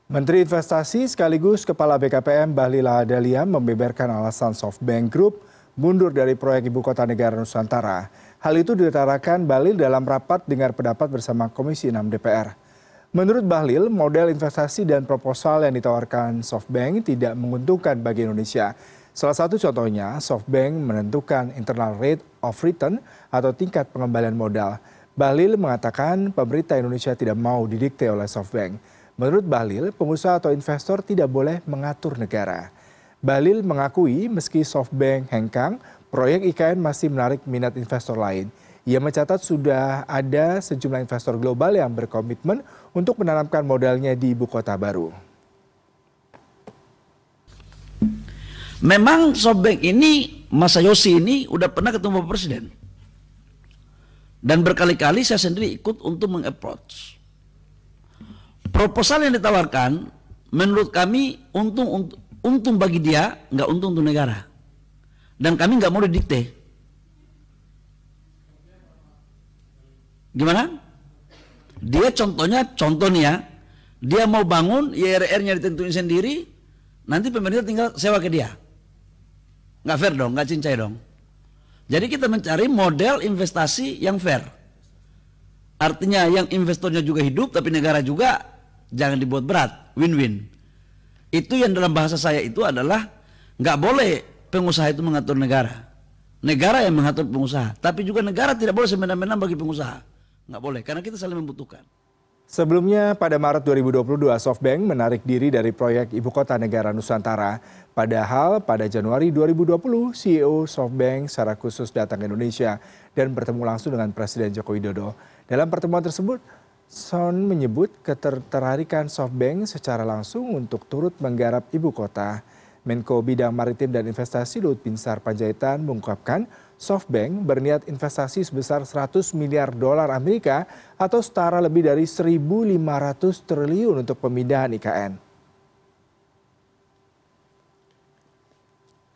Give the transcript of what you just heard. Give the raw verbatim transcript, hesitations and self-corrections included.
Menteri Investasi sekaligus Kepala B K P M Bahlil Lahadalia membeberkan alasan SoftBank Group mundur dari proyek Ibu Kota Negara Nusantara. Hal itu diutarakan Bahlil dalam rapat dengar pendapat bersama Komisi enam D P R. Menurut Bahlil, model investasi dan proposal yang ditawarkan SoftBank tidak menguntungkan bagi Indonesia. Salah satu contohnya, SoftBank menentukan internal rate of return atau tingkat pengembalian modal. Bahlil mengatakan pemerintah Indonesia tidak mau didikte oleh SoftBank. Menurut Bahlil, pengusaha atau investor tidak boleh mengatur negara. Bahlil mengakui meski SoftBank hengkang, proyek I K N masih menarik minat investor lain. Ia mencatat sudah ada sejumlah investor global yang berkomitmen untuk menanamkan modalnya di ibu kota baru. Memang SoftBank ini, Mas Yosi ini udah pernah ketemu Bapak Presiden. Dan berkali-kali saya sendiri ikut untuk meng-approach. Proposal yang ditawarkan menurut kami untung untung, untung bagi dia, nggak untung untuk negara. Dan kami nggak mau didikte. Gimana? Dia contohnya, contoh nih ya, dia mau bangun I R R-nya ditentuin sendiri, nanti pemerintah tinggal sewa ke dia. Nggak fair dong, nggak cincai dong. Jadi kita mencari model investasi yang fair. Artinya yang investornya juga hidup, tapi negara juga jangan dibuat berat, win-win. Itu yang dalam bahasa saya itu adalah nggak boleh pengusaha itu mengatur negara. Negara yang mengatur pengusaha, tapi juga negara tidak boleh semena-mena bagi pengusaha. Nggak boleh, karena kita saling membutuhkan. Sebelumnya pada Maret dua ribu dua puluh dua, SoftBank menarik diri dari proyek Ibu Kota Negara Nusantara. Padahal pada Januari dua ribu dua puluh, C E O SoftBank secara khusus datang ke Indonesia dan bertemu langsung dengan Presiden Joko Widodo. Dalam pertemuan tersebut, Son menyebut ketertarikan SoftBank secara langsung untuk turut menggarap ibu kota. Menko Bidang Maritim dan Investasi Luhut Binsar Panjaitan mengungkapkan SoftBank berniat investasi sebesar seratus miliar dolar Amerika atau setara lebih dari seribu lima ratus triliun untuk pemindahan I K N.